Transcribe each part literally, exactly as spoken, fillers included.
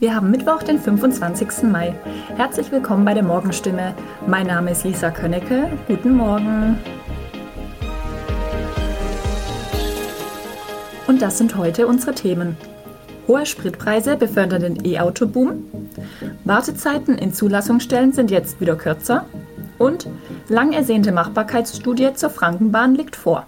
Wir haben Mittwoch, den fünfundzwanzigsten Mai. Herzlich willkommen bei der Morgenstimme. Mein Name ist Lisa Könnecke. Guten Morgen. Und das sind heute unsere Themen. Hohe Spritpreise befördern den E-Auto-Boom. Wartezeiten in Zulassungsstellen sind jetzt wieder kürzer. Und lang ersehnte Machbarkeitsstudie zur Frankenbahn liegt vor.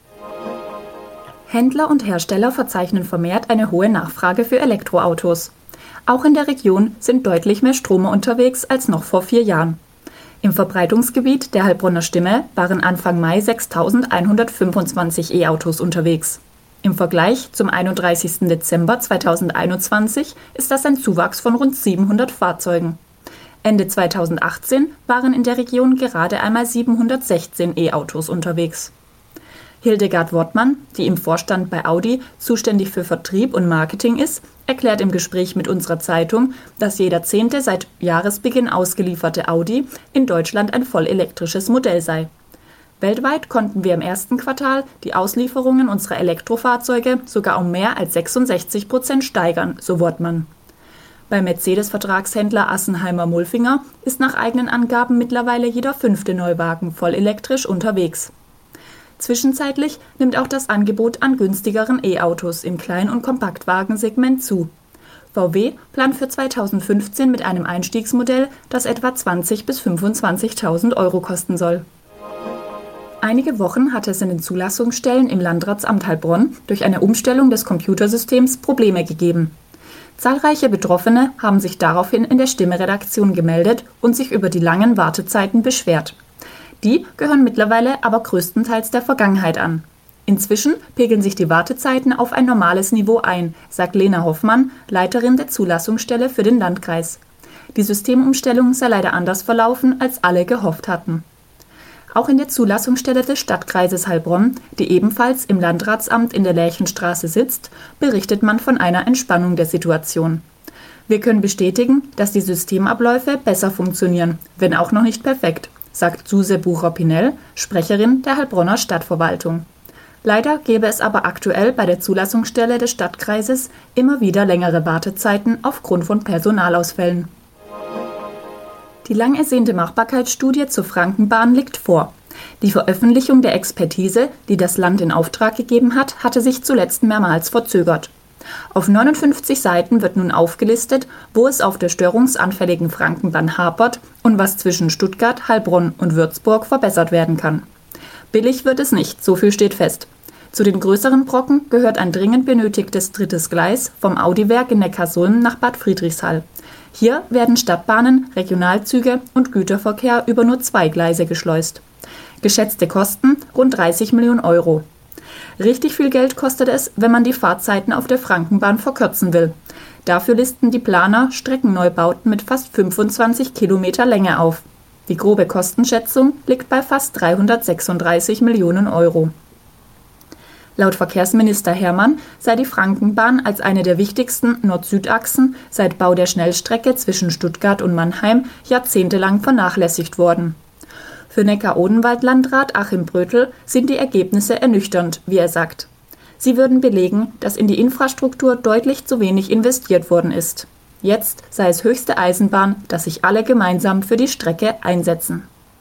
Händler und Hersteller verzeichnen vermehrt eine hohe Nachfrage für Elektroautos. Auch in der Region sind deutlich mehr Stromer unterwegs als noch vor vier Jahren. Im Verbreitungsgebiet der Heilbronner Stimme waren Anfang Mai sechstausendeinhundertfünfundzwanzig E-Autos unterwegs. Im Vergleich zum einunddreißigsten Dezember zweitausendeinundzwanzig ist das ein Zuwachs von rund siebenhundert Fahrzeugen. Ende zweitausendachtzehn waren in der Region gerade einmal siebenhundertsechzehn E-Autos unterwegs. Hildegard Wortmann, die im Vorstand bei Audi zuständig für Vertrieb und Marketing ist, erklärt im Gespräch mit unserer Zeitung, dass jeder zehnte seit Jahresbeginn ausgelieferte Audi in Deutschland ein vollelektrisches Modell sei. Weltweit konnten wir im ersten Quartal die Auslieferungen unserer Elektrofahrzeuge sogar um mehr als sechsundsechzig Prozent steigern, so Wortmann. Beim Mercedes-Vertragshändler Assenheimer-Mulfinger ist nach eigenen Angaben mittlerweile jeder fünfte Neuwagen vollelektrisch unterwegs. Zwischenzeitlich nimmt auch das Angebot an günstigeren E-Autos im Klein- und Kompaktwagensegment zu. V W plant für zweitausendfünfzehn mit einem Einstiegsmodell, das etwa zwanzigtausend bis fünfundzwanzigtausend Euro kosten soll. Einige Wochen hatte es in den Zulassungsstellen im Landratsamt Heilbronn durch eine Umstellung des Computersystems Probleme gegeben. Zahlreiche Betroffene haben sich daraufhin in der Stimme-Redaktion gemeldet und sich über die langen Wartezeiten beschwert. Die gehören mittlerweile aber größtenteils der Vergangenheit an. Inzwischen pegeln sich die Wartezeiten auf ein normales Niveau ein, sagt Lena Hoffmann, Leiterin der Zulassungsstelle für den Landkreis. Die Systemumstellung sei leider anders verlaufen, als alle gehofft hatten. Auch in der Zulassungsstelle des Stadtkreises Heilbronn, die ebenfalls im Landratsamt in der Lärchenstraße sitzt, berichtet man von einer Entspannung der Situation. Wir können bestätigen, dass die Systemabläufe besser funktionieren, wenn auch noch nicht perfekt, sagt Suse Bucher-Pinell, Sprecherin der Heilbronner Stadtverwaltung. Leider gäbe es aber aktuell bei der Zulassungsstelle des Stadtkreises immer wieder längere Wartezeiten aufgrund von Personalausfällen. Die lang ersehnte Machbarkeitsstudie zur Frankenbahn liegt vor. Die Veröffentlichung der Expertise, die das Land in Auftrag gegeben hat, hatte sich zuletzt mehrmals verzögert. Auf neunundfünfzig Seiten wird nun aufgelistet, wo es auf der störungsanfälligen Frankenbahn hapert und was zwischen Stuttgart, Heilbronn und Würzburg verbessert werden kann. Billig wird es nicht, so viel steht fest. Zu den größeren Brocken gehört ein dringend benötigtes drittes Gleis vom Audi-Werk in Neckarsulm nach Bad Friedrichshall. Hier werden Stadtbahnen, Regionalzüge und Güterverkehr über nur zwei Gleise geschleust. Geschätzte Kosten rund dreißig Millionen Euro. Richtig viel Geld kostet es, wenn man die Fahrzeiten auf der Frankenbahn verkürzen will. Dafür listen die Planer Streckenneubauten mit fast fünfundzwanzig Kilometer Länge auf. Die grobe Kostenschätzung liegt bei fast dreihundertsechsunddreißig Millionen Euro. Laut Verkehrsminister Hermann sei die Frankenbahn als eine der wichtigsten Nord-Süd-Achsen seit Bau der Schnellstrecke zwischen Stuttgart und Mannheim jahrzehntelang vernachlässigt worden. Für Neckar-Odenwald-Landrat Achim Brötel sind die Ergebnisse ernüchternd, wie er sagt. Sie würden belegen, dass in die Infrastruktur deutlich zu wenig investiert worden ist. Jetzt sei es höchste Eisenbahn, dass sich alle gemeinsam für die Strecke einsetzen.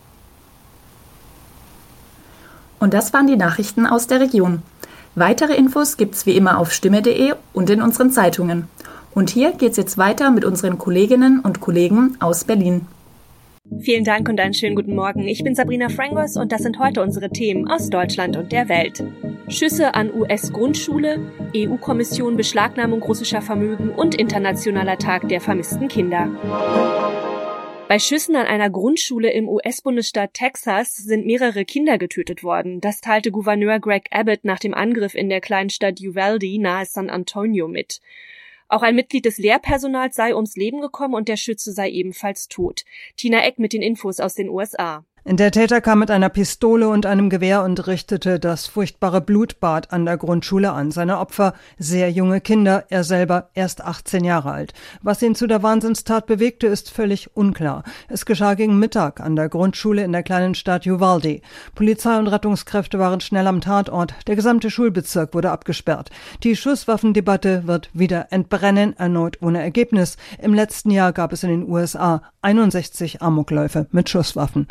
Und das waren die Nachrichten aus der Region. Weitere Infos gibt's wie immer auf stimme punkt de und in unseren Zeitungen. Und hier geht's jetzt weiter mit unseren Kolleginnen und Kollegen aus Berlin. Vielen Dank und einen schönen guten Morgen. Ich bin Sabrina Frangos und das sind heute unsere Themen aus Deutschland und der Welt. Schüsse an U S-Grundschule, E U-Kommission Beschlagnahmung russischer Vermögen und Internationaler Tag der vermissten Kinder. Bei Schüssen an einer Grundschule im U S-Bundesstaat Texas sind mehrere Kinder getötet worden. Das teilte Gouverneur Greg Abbott nach dem Angriff in der Kleinstadt Uvalde nahe San Antonio mit. Auch ein Mitglied des Lehrpersonals sei ums Leben gekommen und der Schütze sei ebenfalls tot. Tina Eck mit den Infos aus den U S A. Der Täter kam mit einer Pistole und einem Gewehr und richtete das furchtbare Blutbad an der Grundschule an. Seine Opfer, sehr junge Kinder, er selber erst achtzehn Jahre alt. Was ihn zu der Wahnsinnstat bewegte, ist völlig unklar. Es geschah gegen Mittag an der Grundschule in der kleinen Stadt Uvalde. Polizei und Rettungskräfte waren schnell am Tatort. Der gesamte Schulbezirk wurde abgesperrt. Die Schusswaffendebatte wird wieder entbrennen, erneut ohne Ergebnis. Im letzten Jahr gab es in den U S A einundsechzig Amokläufe mit Schusswaffen.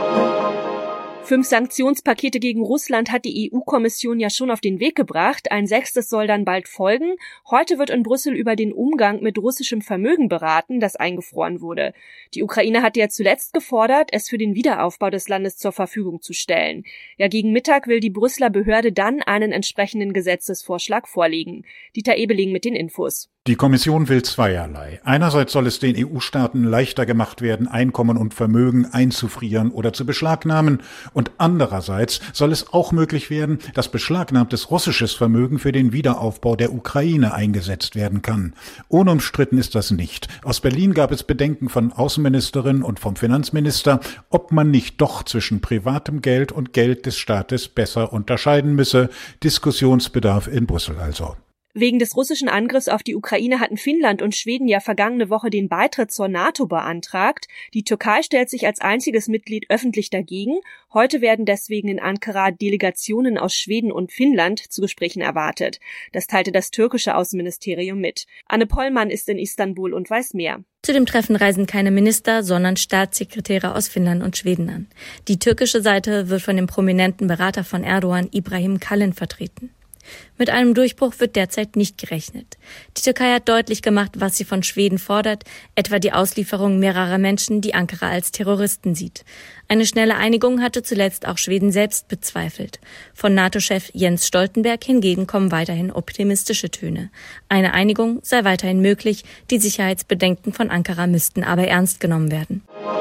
Fünf Sanktionspakete gegen Russland hat die E U-Kommission ja schon auf den Weg gebracht. Ein sechstes soll dann bald folgen. Heute wird in Brüssel über den Umgang mit russischem Vermögen beraten, das eingefroren wurde. Die Ukraine hatte ja zuletzt gefordert, es für den Wiederaufbau des Landes zur Verfügung zu stellen. Ja, gegen Mittag will die Brüsseler Behörde dann einen entsprechenden Gesetzesvorschlag vorlegen. Dieter Ebeling mit den Infos. Die Kommission will zweierlei. Einerseits soll es den E U-Staaten leichter gemacht werden, Einkommen und Vermögen einzufrieren oder zu beschlagnahmen. Und andererseits soll es auch möglich werden, dass beschlagnahmtes russisches Vermögen für den Wiederaufbau der Ukraine eingesetzt werden kann. Unumstritten ist das nicht. Aus Berlin gab es Bedenken von Außenministerin und vom Finanzminister, ob man nicht doch zwischen privatem Geld und Geld des Staates besser unterscheiden müsse. Diskussionsbedarf in Brüssel also. Wegen des russischen Angriffs auf die Ukraine hatten Finnland und Schweden ja vergangene Woche den Beitritt zur NATO beantragt. Die Türkei stellt sich als einziges Mitglied öffentlich dagegen. Heute werden deswegen in Ankara Delegationen aus Schweden und Finnland zu Gesprächen erwartet. Das teilte das türkische Außenministerium mit. Anne Pollmann ist in Istanbul und weiß mehr. Zu dem Treffen reisen keine Minister, sondern Staatssekretäre aus Finnland und Schweden an. Die türkische Seite wird von dem prominenten Berater von Erdogan, Ibrahim Kalin, vertreten. Mit einem Durchbruch wird derzeit nicht gerechnet. Die Türkei hat deutlich gemacht, was sie von Schweden fordert, etwa die Auslieferung mehrerer Menschen, die Ankara als Terroristen sieht. Eine schnelle Einigung hatte zuletzt auch Schweden selbst bezweifelt. Von NATO-Chef Jens Stoltenberg hingegen kommen weiterhin optimistische Töne. Eine Einigung sei weiterhin möglich, die Sicherheitsbedenken von Ankara müssten aber ernst genommen werden.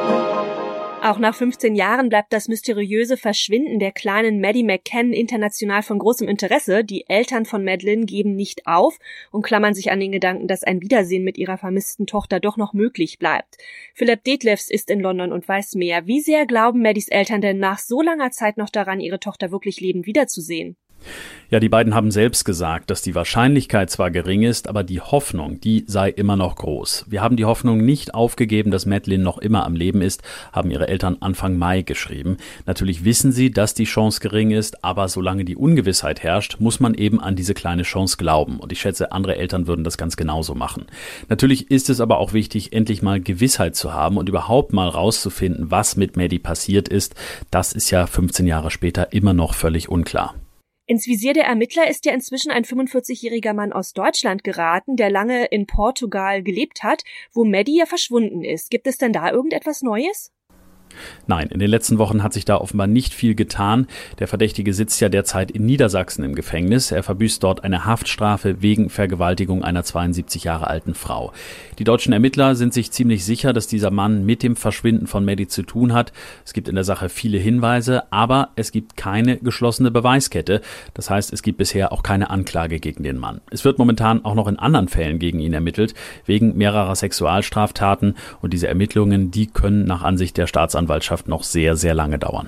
Auch nach fünfzehn Jahren bleibt das mysteriöse Verschwinden der kleinen Maddie McCann international von großem Interesse. Die Eltern von Madeleine geben nicht auf und klammern sich an den Gedanken, dass ein Wiedersehen mit ihrer vermissten Tochter doch noch möglich bleibt. Philipp Detlefs ist in London und weiß mehr. Wie sehr glauben Maddies Eltern denn nach so langer Zeit noch daran, ihre Tochter wirklich lebend wiederzusehen? Ja, die beiden haben selbst gesagt, dass die Wahrscheinlichkeit zwar gering ist, aber die Hoffnung, die sei immer noch groß. Wir haben die Hoffnung nicht aufgegeben, dass Madeleine noch immer am Leben ist, haben ihre Eltern Anfang Mai geschrieben. Natürlich wissen sie, dass die Chance gering ist, aber solange die Ungewissheit herrscht, muss man eben an diese kleine Chance glauben. Und ich schätze, andere Eltern würden das ganz genauso machen. Natürlich ist es aber auch wichtig, endlich mal Gewissheit zu haben und überhaupt mal rauszufinden, was mit Maddie passiert ist. Das ist ja fünfzehn Jahre später immer noch völlig unklar. Ins Visier der Ermittler ist ja inzwischen ein fünfundvierzigjähriger Mann aus Deutschland geraten, der lange in Portugal gelebt hat, wo Maddie ja verschwunden ist. Gibt es denn da irgendetwas Neues? Nein, in den letzten Wochen hat sich da offenbar nicht viel getan. Der Verdächtige sitzt ja derzeit in Niedersachsen im Gefängnis. Er verbüßt dort eine Haftstrafe wegen Vergewaltigung einer zweiundsiebzig Jahre alten Frau. Die deutschen Ermittler sind sich ziemlich sicher, dass dieser Mann mit dem Verschwinden von Maddie zu tun hat. Es gibt in der Sache viele Hinweise, aber es gibt keine geschlossene Beweiskette. Das heißt, es gibt bisher auch keine Anklage gegen den Mann. Es wird momentan auch noch in anderen Fällen gegen ihn ermittelt, wegen mehrerer Sexualstraftaten. Und diese Ermittlungen, die können nach Ansicht der Staatsanwaltschaft noch sehr, sehr lange dauern.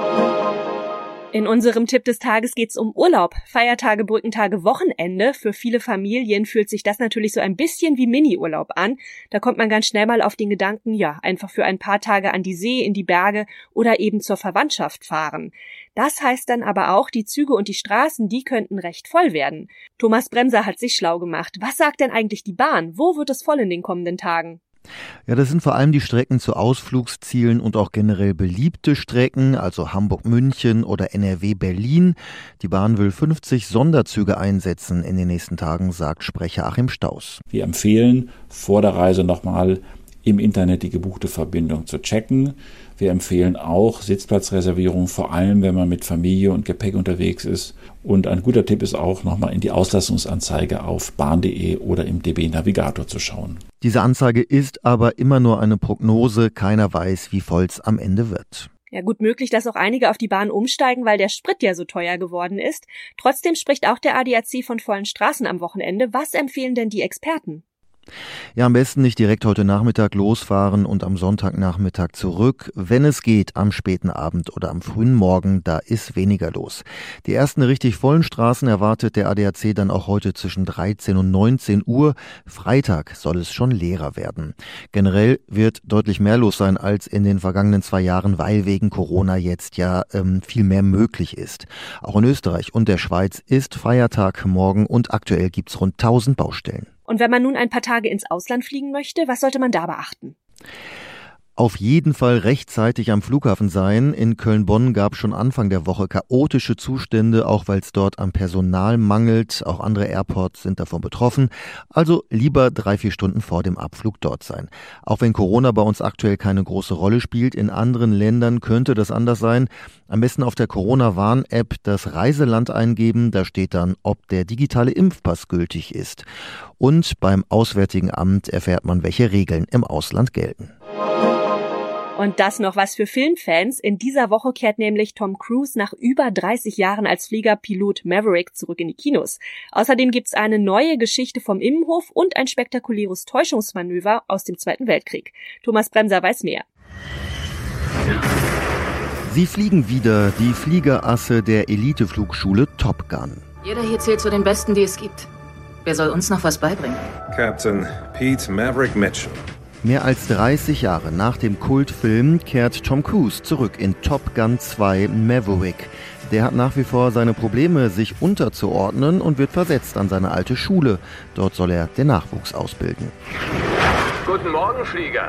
In unserem Tipp des Tages geht's um Urlaub. Feiertage, Brückentage, Wochenende. Für viele Familien fühlt sich das natürlich so ein bisschen wie Mini-Urlaub an. Da kommt man ganz schnell mal auf den Gedanken, ja, einfach für ein paar Tage an die See, in die Berge oder eben zur Verwandtschaft fahren. Das heißt dann aber auch, die Züge und die Straßen, die könnten recht voll werden. Thomas Bremser hat sich schlau gemacht. Was sagt denn eigentlich die Bahn? Wo wird es voll in den kommenden Tagen? Ja, das sind vor allem die Strecken zu Ausflugszielen und auch generell beliebte Strecken, also Hamburg-München oder N R W-Berlin. Die Bahn will fünfzig Sonderzüge einsetzen in den nächsten Tagen, sagt Sprecher Achim Staus. Wir empfehlen, vor der Reise nochmal im Internet die gebuchte Verbindung zu checken. Wir empfehlen auch Sitzplatzreservierung, vor allem wenn man mit Familie und Gepäck unterwegs ist. Und ein guter Tipp ist auch, nochmal in die Auslastungsanzeige auf bahn punkt de oder im D B-Navigator zu schauen. Diese Anzeige ist aber immer nur eine Prognose. Keiner weiß, wie voll es am Ende wird. Ja, gut möglich, dass auch einige auf die Bahn umsteigen, weil der Sprit ja so teuer geworden ist. Trotzdem spricht auch der A D A C von vollen Straßen am Wochenende. Was empfehlen denn die Experten? Ja, am besten nicht direkt heute Nachmittag losfahren und am Sonntagnachmittag zurück. Wenn es geht, am späten Abend oder am frühen Morgen, da ist weniger los. Die ersten richtig vollen Straßen erwartet der A D A C dann auch heute zwischen dreizehn und neunzehn Uhr. Freitag soll es schon leerer werden. Generell wird deutlich mehr los sein als in den vergangenen zwei Jahren, weil wegen Corona jetzt ja ähm, viel mehr möglich ist. Auch in Österreich und der Schweiz ist Feiertag morgen und aktuell gibt's rund tausend Baustellen. Und wenn man nun ein paar Tage ins Ausland fliegen möchte, was sollte man da beachten? Auf jeden Fall rechtzeitig am Flughafen sein. In Köln-Bonn gab es schon Anfang der Woche chaotische Zustände, auch weil es dort am Personal mangelt. Auch andere Airports sind davon betroffen. Also lieber drei, vier Stunden vor dem Abflug dort sein. Auch wenn Corona bei uns aktuell keine große Rolle spielt, in anderen Ländern könnte das anders sein. Am besten auf der Corona-Warn-App das Reiseland eingeben. Da steht dann, ob der digitale Impfpass gültig ist. Und beim Auswärtigen Amt erfährt man, welche Regeln im Ausland gelten. Und das noch was für Filmfans. In dieser Woche kehrt nämlich Tom Cruise nach über dreißig Jahren als Fliegerpilot Maverick zurück in die Kinos. Außerdem gibt's eine neue Geschichte vom Immenhof und ein spektakuläres Täuschungsmanöver aus dem Zweiten Weltkrieg. Thomas Bremser weiß mehr. Sie fliegen wieder, die Fliegerasse der Eliteflugschule Top Gun. Jeder hier zählt zu den Besten, die es gibt. Wer soll uns noch was beibringen? Captain Pete Maverick Mitchell. Mehr als dreißig Jahre nach dem Kultfilm kehrt Tom Cruise zurück in Top Gun zwei Maverick. Der hat nach wie vor seine Probleme, sich unterzuordnen und wird versetzt an seine alte Schule. Dort soll er den Nachwuchs ausbilden. Guten Morgen, Flieger.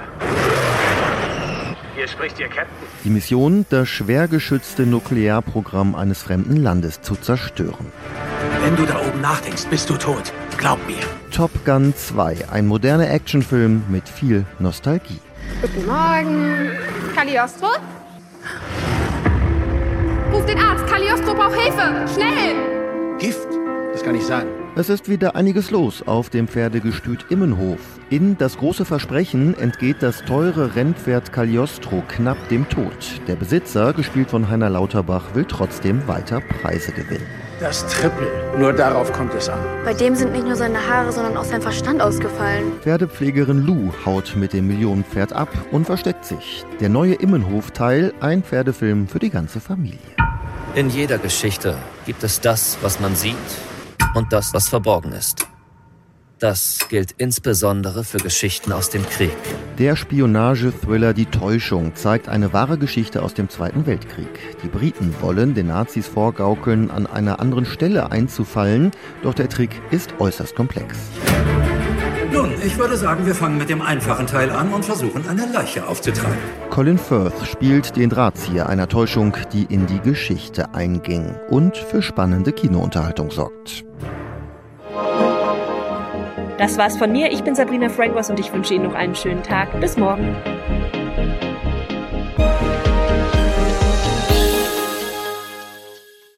Hier spricht Ihr Captain. Die Mission, das schwer geschützte Nuklearprogramm eines fremden Landes zu zerstören. Wenn du da oben nachdenkst, bist du tot. Glaub mir. Top Gun zwei, ein moderner Actionfilm mit viel Nostalgie. Guten Morgen. Cagliostro? Ruf den Arzt. Cagliostro braucht Hilfe. Schnell! Gift? Das kann nicht sein. Es ist wieder einiges los auf dem Pferdegestüt Immenhof. In Das große Versprechen entgeht das teure Rennpferd Cagliostro knapp dem Tod. Der Besitzer, gespielt von Heiner Lauterbach, will trotzdem weiter Preise gewinnen. Das Triple. Nur darauf kommt es an. Bei dem sind nicht nur seine Haare, sondern auch sein Verstand ausgefallen. Pferdepflegerin Lou haut mit dem Millionenpferd ab und versteckt sich. Der neue Immenhof-Teil, ein Pferdefilm für die ganze Familie. In jeder Geschichte gibt es das, was man sieht und das, was verborgen ist. Das gilt insbesondere für Geschichten aus dem Krieg. Der Spionage-Thriller Die Täuschung zeigt eine wahre Geschichte aus dem Zweiten Weltkrieg. Die Briten wollen den Nazis vorgaukeln, an einer anderen Stelle einzufallen, doch der Trick ist äußerst komplex. Nun, ich würde sagen, wir fangen mit dem einfachen Teil an und versuchen, eine Leiche aufzutreiben. Colin Firth spielt den Drahtzieher einer Täuschung, die in die Geschichte einging und für spannende Kinounterhaltung sorgt. Das war's von mir. Ich bin Sabrina Frangos und ich wünsche Ihnen noch einen schönen Tag. Bis morgen.